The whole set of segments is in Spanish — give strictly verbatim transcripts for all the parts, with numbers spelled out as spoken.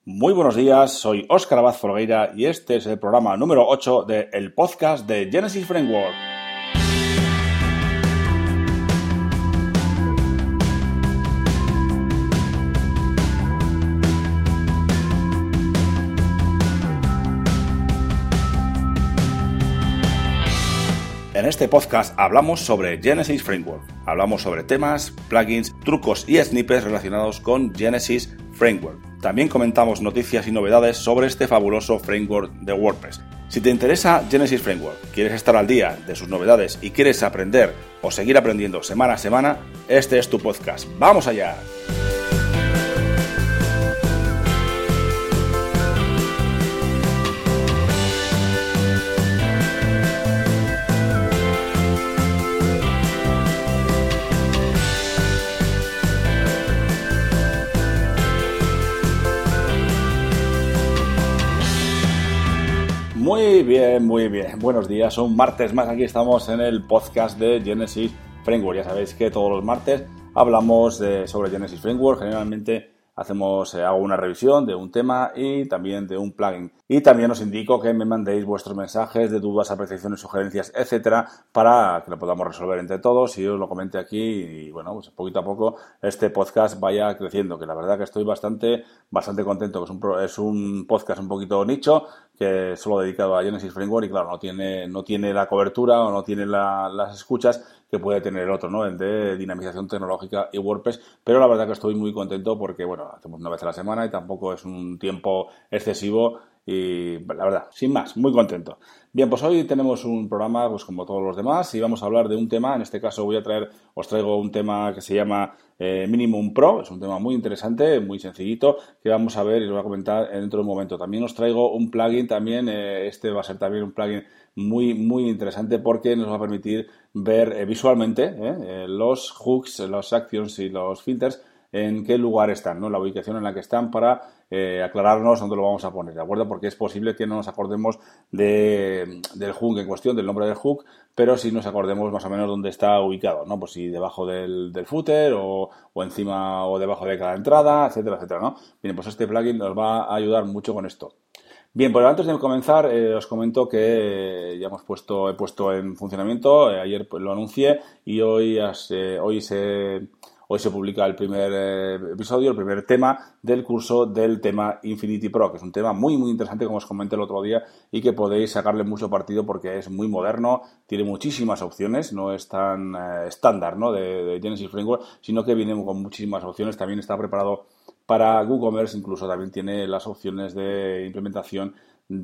Muy buenos días, soy Óscar Abad Folgueira y este es el programa número ocho del podcast de Genesis Framework. En este podcast hablamos sobre Genesis Framework, hablamos sobre temas, plugins, trucos y snippets relacionados con Genesis Framework. También comentamos noticias y novedades sobre este fabuloso framework de WordPress. Si te interesa Genesis Framework, quieres estar al día de sus novedades y quieres aprender o seguir aprendiendo semana a semana, este es tu podcast. ¡Vamos allá! Muy bien, muy bien. Buenos días, un martes más. Aquí estamos en el podcast de Genesis Framework. Ya sabéis que todos los martes hablamos de, sobre Genesis Framework. Generalmente hacemos, eh, hago una revisión de un tema y también de un plugin. Y también os indico que me mandéis vuestros mensajes de dudas, apreciaciones, sugerencias, etcétera, para que lo podamos resolver entre todos y os lo comente aquí. Y bueno, pues poquito a poco este podcast vaya creciendo, que la verdad que estoy bastante, bastante contento. Que es un, pro, es un podcast un poquito nicho, que es solo dedicado a Genesis Framework y claro, no tiene, no tiene la cobertura o no tiene la, las escuchas que puede tener el otro, ¿no? El de dinamización tecnológica y WordPress, pero la verdad que estoy muy contento porque, bueno, hacemos una vez a la semana y tampoco es un tiempo excesivo y la verdad, sin más, muy contento. Bien, pues hoy tenemos un programa, pues como todos los demás, y vamos a hablar de un tema. En este caso voy a traer, os traigo un tema que se llama eh, Minimum Pro. Es un tema muy interesante, muy sencillito, que vamos a ver y lo voy a comentar dentro de un momento. También os traigo un plugin también, eh, este va a ser también un plugin muy, muy interesante porque nos va a permitir ver eh, visualmente eh, los hooks, los actions y los filters en qué lugar están, ¿no? La ubicación en la que están para eh, aclararnos dónde lo vamos a poner, ¿de acuerdo? Porque es posible que no nos acordemos de, del hook en cuestión, del nombre del hook, pero sí nos acordemos más o menos dónde está ubicado, ¿no? Pues si debajo del, del footer o, o encima o debajo de cada entrada, etcétera, etcétera, ¿no? Bien, pues este plugin nos va a ayudar mucho con esto. Bien, pues antes de comenzar eh, os comento que eh, ya hemos puesto, he puesto en funcionamiento, eh, ayer pues, lo anuncié y hoy, eh, hoy se... Hoy se publica el primer eh, episodio, el primer tema del curso del tema Infinity Pro, que es un tema muy, muy interesante, como os comenté el otro día, y que podéis sacarle mucho partido porque es muy moderno, tiene muchísimas opciones, no es tan eh, estándar, ¿no? de, de Genesis Framework, sino que viene con muchísimas opciones. También está preparado para WooCommerce, incluso también tiene las opciones de implementación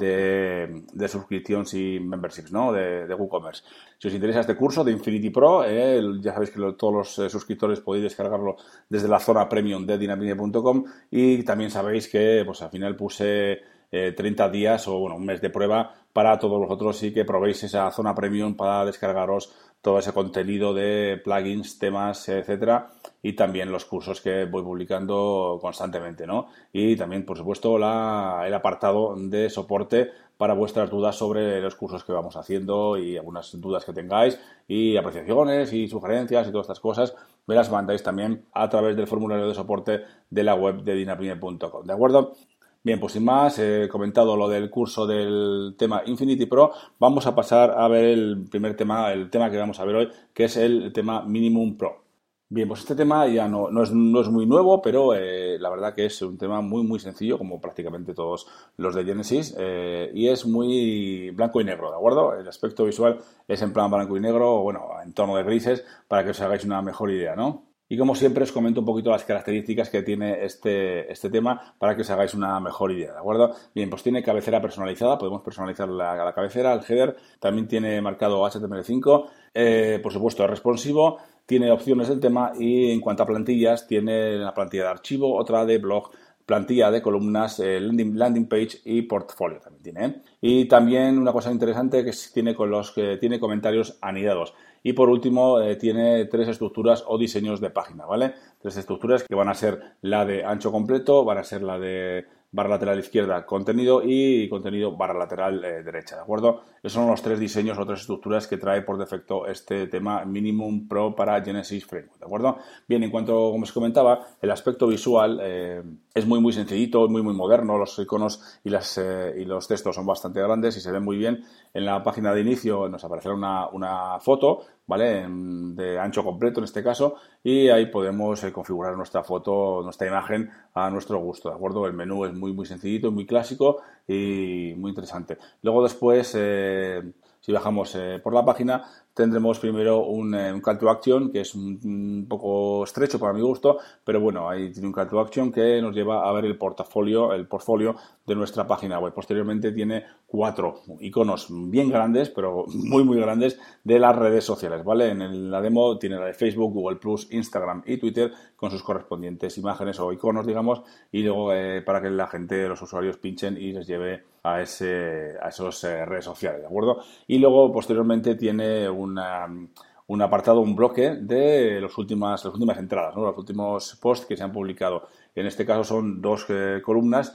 de, de suscripciones y memberships, ¿no? de, de WooCommerce. Si os interesa este curso de Infinity Pro, eh, ya sabéis que lo, todos los eh, suscriptores podéis descargarlo desde la zona premium de dinamite punto com y también sabéis que pues al final puse eh, treinta días o bueno un mes de prueba para todos vosotros y que probéis esa zona premium para descargaros todo ese contenido de plugins, temas, etcétera, y también los cursos que voy publicando constantemente, ¿no? Y también, por supuesto, la, el apartado de soporte para vuestras dudas sobre los cursos que vamos haciendo y algunas dudas que tengáis y apreciaciones y sugerencias y todas estas cosas, me las mandáis también a través del formulario de soporte de la web de dinamite punto com, ¿de acuerdo? Bien, pues sin más, he comentado lo del curso del tema Infinity Pro, vamos a pasar a ver el primer tema, el tema que vamos a ver hoy, que es el tema Minimum Pro. Bien, pues este tema ya no, no, es, no es muy nuevo, pero eh, la verdad que es un tema muy, muy sencillo, como prácticamente todos los de Genesis, eh, y es muy blanco y negro, ¿de acuerdo? El aspecto visual es en plan blanco y negro, o bueno, en tono de grises, para que os hagáis una mejor idea, ¿no? Y como siempre os comento un poquito las características que tiene este, este tema para que os hagáis una mejor idea, ¿de acuerdo? Bien, pues tiene cabecera personalizada, podemos personalizar la, la cabecera, el header, también tiene marcado H T M L cinco, eh, por supuesto es responsivo, tiene opciones del tema y en cuanto a plantillas tiene la plantilla de archivo, otra de blog, plantilla de columnas, eh, landing, landing page y portfolio también tiene, ¿eh? Y también una cosa interesante que tiene con los que tiene comentarios anidados. Y por último, eh, tiene tres estructuras o diseños de página, ¿vale? Tres estructuras que van a ser la de ancho completo, van a ser la de barra lateral izquierda contenido y contenido barra lateral eh, derecha, ¿de acuerdo? Esos son los tres diseños o tres estructuras que trae por defecto este tema Minimum Pro para Genesis Framework, ¿de acuerdo? Bien, en cuanto, como os comentaba, el aspecto visual eh, es muy muy sencillito, muy muy moderno, los iconos y, las, eh, y los textos son bastante grandes y se ven muy bien. En la página de inicio nos aparecerá una, una foto, ¿vale? De ancho completo en este caso, y ahí podemos eh, configurar nuestra foto, nuestra imagen a nuestro gusto, ¿de acuerdo? El menú es muy muy sencillito, muy clásico y muy interesante. Luego después, eh, si bajamos eh, por la página, tendremos primero un, eh, un call to action que es un, un poco estrecho para mi gusto, pero bueno, ahí tiene un call to action que nos lleva a ver el portafolio, el portfolio de nuestra página web. Posteriormente tiene cuatro iconos bien grandes, pero muy muy grandes, de las redes sociales, ¿vale? En la demo tiene la de Facebook, Google Plus, Instagram y Twitter con sus correspondientes imágenes o iconos, digamos, y luego eh, para que la gente, los usuarios pinchen y les lleve a ese a esas eh, redes sociales, ¿de acuerdo? Y luego posteriormente tiene una, un apartado, un bloque de los últimas, las últimas entradas, ¿no? Los últimos posts que se han publicado. En este caso son dos eh, columnas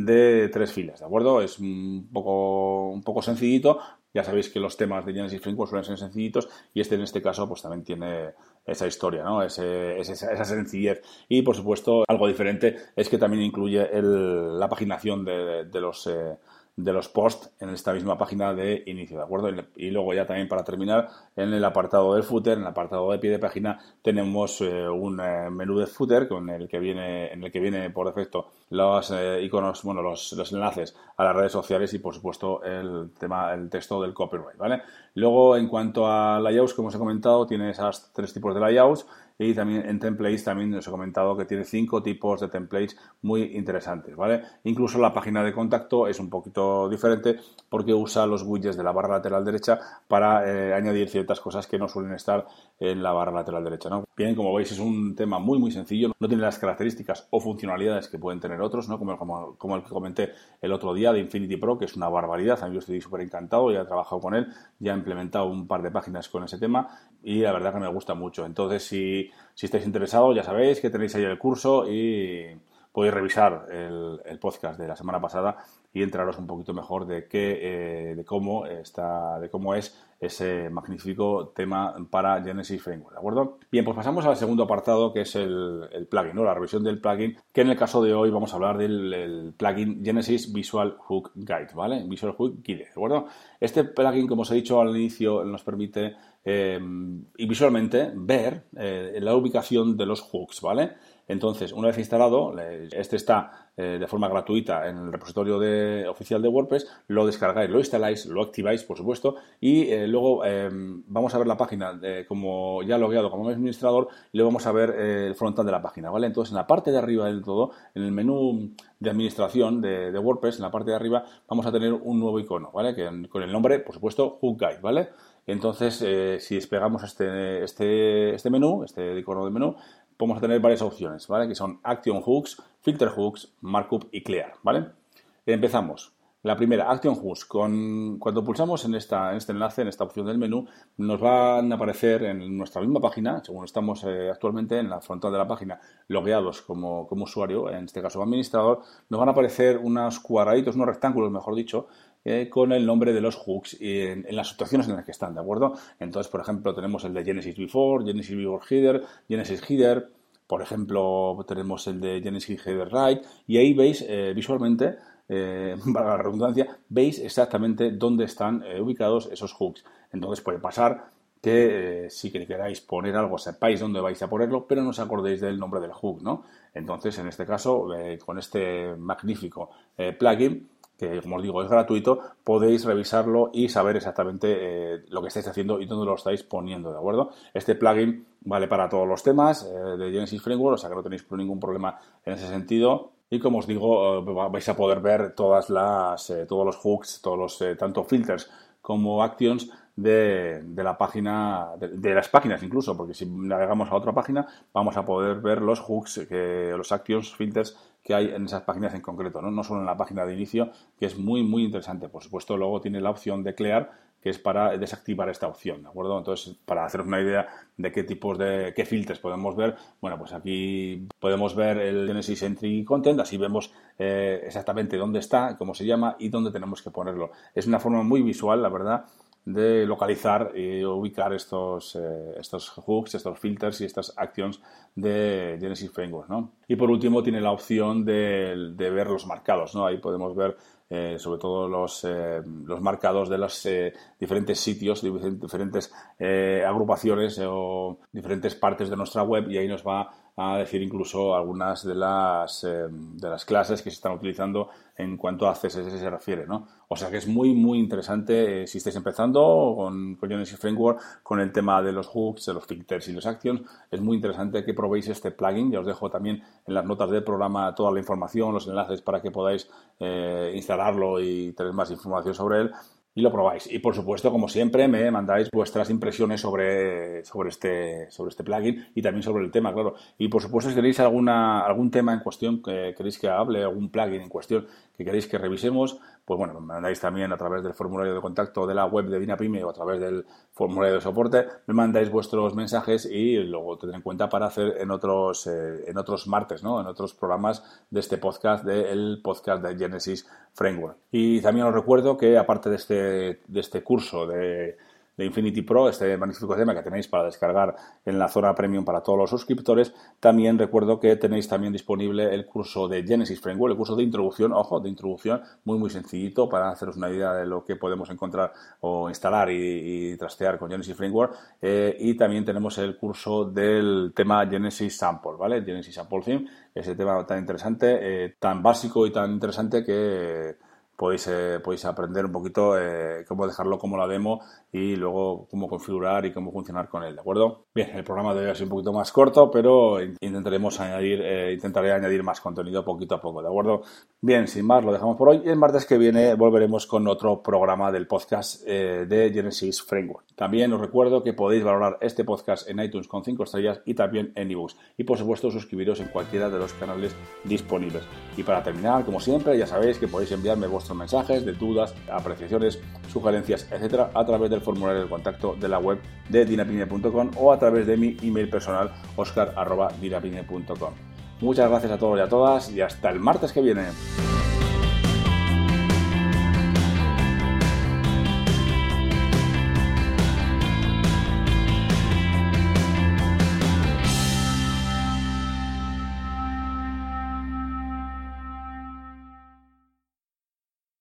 de tres filas, ¿de acuerdo? Es un poco, un poco sencillito. Ya sabéis que los temas de Genesis Framework suelen ser sencillitos y este en este caso pues también tiene esa historia, ¿no? Ese, esa, esa sencillez. Y por supuesto algo diferente es que también incluye el, la paginación de, de los... Eh, de los posts en esta misma página de inicio, ¿de acuerdo? Y luego ya también para terminar, en el apartado del footer, en el apartado de pie de página, tenemos eh, un eh, menú de footer con el que viene, en el que viene por defecto los eh, iconos, bueno, los, los enlaces a las redes sociales y por supuesto el tema, el texto del copyright, ¿vale? Luego, en cuanto a layouts, como os he comentado, tiene esos tres tipos de layouts. Y también en templates también os he comentado que tiene cinco tipos de templates muy interesantes, ¿vale? Incluso la página de contacto es un poquito diferente porque usa los widgets de la barra lateral derecha para eh, añadir ciertas cosas que no suelen estar en la barra lateral derecha, ¿no? Bien, como veis es un tema muy muy sencillo, no tiene las características o funcionalidades que pueden tener otros, ¿no? Como, como, como el que comenté el otro día de Infinity Pro, que es una barbaridad, a mí yo estoy súper encantado, ya he trabajado con él, ya he implementado un par de páginas con ese tema y la verdad que me gusta mucho. Entonces, si, si estáis interesados, ya sabéis que tenéis ahí el curso y podéis revisar el, el podcast de la semana pasada y enteraros un poquito mejor de qué, eh, de cómo está, de cómo es ese magnífico tema para Genesis Framework, ¿de acuerdo? Bien, pues pasamos al segundo apartado, que es el, el plugin, ¿no? La revisión del plugin, que en el caso de hoy vamos a hablar del el plugin Genesis Visual Hook Guide, ¿vale? Visual Hook Guide, ¿de acuerdo? Este plugin, como os he dicho al inicio, nos permite eh, y visualmente ver eh, la ubicación de los hooks, ¿vale? Entonces, una vez instalado, este está eh, de forma gratuita en el repositorio de, oficial de WordPress, lo descargáis, lo instaláis, lo activáis, por supuesto, y eh, luego eh, vamos a ver la página de, como ya logueado como administrador y luego vamos a ver eh, el frontal de la página, ¿vale? Entonces, en la parte de arriba del todo, en el menú de administración de, de WordPress, en la parte de arriba, vamos a tener un nuevo icono, ¿vale? Que, con el nombre, por supuesto, Hook Guide, ¿vale? Entonces, eh, si despegamos este, este, este menú, este icono de menú, podemos tener varias opciones, ¿vale? Que son Action Hooks, Filter Hooks, Markup y Clear, ¿vale? Empezamos. La primera, Action Hooks. Con, cuando pulsamos en, esta, en este enlace, en esta opción del menú, nos van a aparecer en nuestra misma página, según estamos eh, actualmente en la frontal de la página, logueados como, como usuario, en este caso administrador, nos van a aparecer unos cuadraditos, unos rectángulos, mejor dicho, eh, con el nombre de los hooks y en, en las situaciones en las que están, ¿de acuerdo? Entonces, por ejemplo, tenemos el de Genesis Before, Genesis Before Header, Genesis Header. Por ejemplo, tenemos el de Genesis Header Right y ahí veis eh, visualmente, eh, para la redundancia, veis exactamente dónde están eh, ubicados esos hooks. Entonces puede pasar que eh, si queráis poner algo, sepáis dónde vais a ponerlo, pero no os acordéis del nombre del hook, ¿no? Entonces, en este caso, eh, con este magnífico eh, plugin, que como os digo es gratuito, podéis revisarlo y saber exactamente eh, lo que estáis haciendo y dónde lo estáis poniendo, ¿de acuerdo? Este plugin vale para todos los temas eh, de Genesis Framework, o sea que no tenéis ningún problema en ese sentido. Y como os digo, eh, vais a poder ver todas las, eh, todos los hooks, todos los eh, tanto filters como actions de, de la página, de, de las páginas incluso, porque si navegamos a otra página vamos a poder ver los hooks, que, los actions, filters que hay en esas páginas en concreto, ¿no? No solo en la página de inicio, que es muy muy interesante. Por supuesto, luego tiene la opción de Clear, que que es para desactivar esta opción, ¿de acuerdo? Entonces, para haceros una idea de qué tipos de, qué filtros podemos ver, bueno, pues aquí podemos ver el Genesis Entry Content, así vemos eh, exactamente dónde está, cómo se llama y dónde tenemos que ponerlo. Es una forma muy visual, la verdad, de localizar y ubicar estos, eh, estos hooks, estos filters y estas actions de Genesis Framework, ¿no? Y por último tiene la opción de, de ver los marcados, ¿no? Ahí podemos ver eh, sobre todo los, eh, los marcados de los eh, diferentes sitios, diferentes eh, agrupaciones o diferentes partes de nuestra web, y ahí nos va a decir incluso algunas de las, eh, de las clases que se están utilizando en cuanto a C S S se refiere, ¿no? O sea que es muy, muy interesante eh, si estáis empezando con, con Genesis Framework, con el tema de los hooks, de los filters y los actions. Es muy interesante que probéis este plugin. Ya os dejo también en las notas del programa toda la información, los enlaces para que podáis eh, instalarlo y tener más información sobre él. Y lo probáis. Y por supuesto, como siempre, me mandáis vuestras impresiones sobre, sobre, este, sobre este plugin y también sobre el tema, claro. Y por supuesto, si tenéis alguna, algún tema en cuestión que queréis que hable, algún plugin en cuestión que queréis que revisemos, pues bueno, me mandáis también a través del formulario de contacto de la web de DynaPyme o a través del formulario de soporte, me mandáis vuestros mensajes y luego tendré en cuenta para hacer en otros, eh, en otros martes, ¿no? En otros programas de este podcast, del podcast de Genesis Framework. Y también os recuerdo que aparte de este, de este curso de de Infinity Pro, este magnífico tema que tenéis para descargar en la zona premium para todos los suscriptores, también recuerdo que tenéis también disponible el curso de Genesis Framework, el curso de introducción, ojo, de introducción, muy muy sencillito para haceros una idea de lo que podemos encontrar o instalar y, y trastear con Genesis Framework, eh, y también tenemos el curso del tema Genesis Sample, ¿vale? Genesis Sample Theme, ese tema tan interesante, eh, tan básico y tan interesante que eh, Podéis, eh, podéis aprender un poquito eh, cómo dejarlo como la demo y luego cómo configurar y cómo funcionar con él, ¿de acuerdo? Bien, el programa debe ser un poquito más corto, pero intentaremos añadir, eh, intentaré añadir más contenido poquito a poco, ¿de acuerdo? Bien, sin más, lo dejamos por hoy. El martes que viene volveremos con otro programa del podcast eh, de Genesis Framework. También os recuerdo que podéis valorar este podcast en iTunes con cinco estrellas y también en iBooks. Y por supuesto suscribiros en cualquiera de los canales disponibles. Y para terminar, como siempre, ya sabéis que podéis enviarme vuestros mensajes de dudas, apreciaciones, sugerencias, etcétera, a través del formulario de contacto de la web de dynapyme punto com o a través de mi email personal oscar arroba dynapyme punto com. Muchas gracias a todos y a todas y hasta el martes que viene.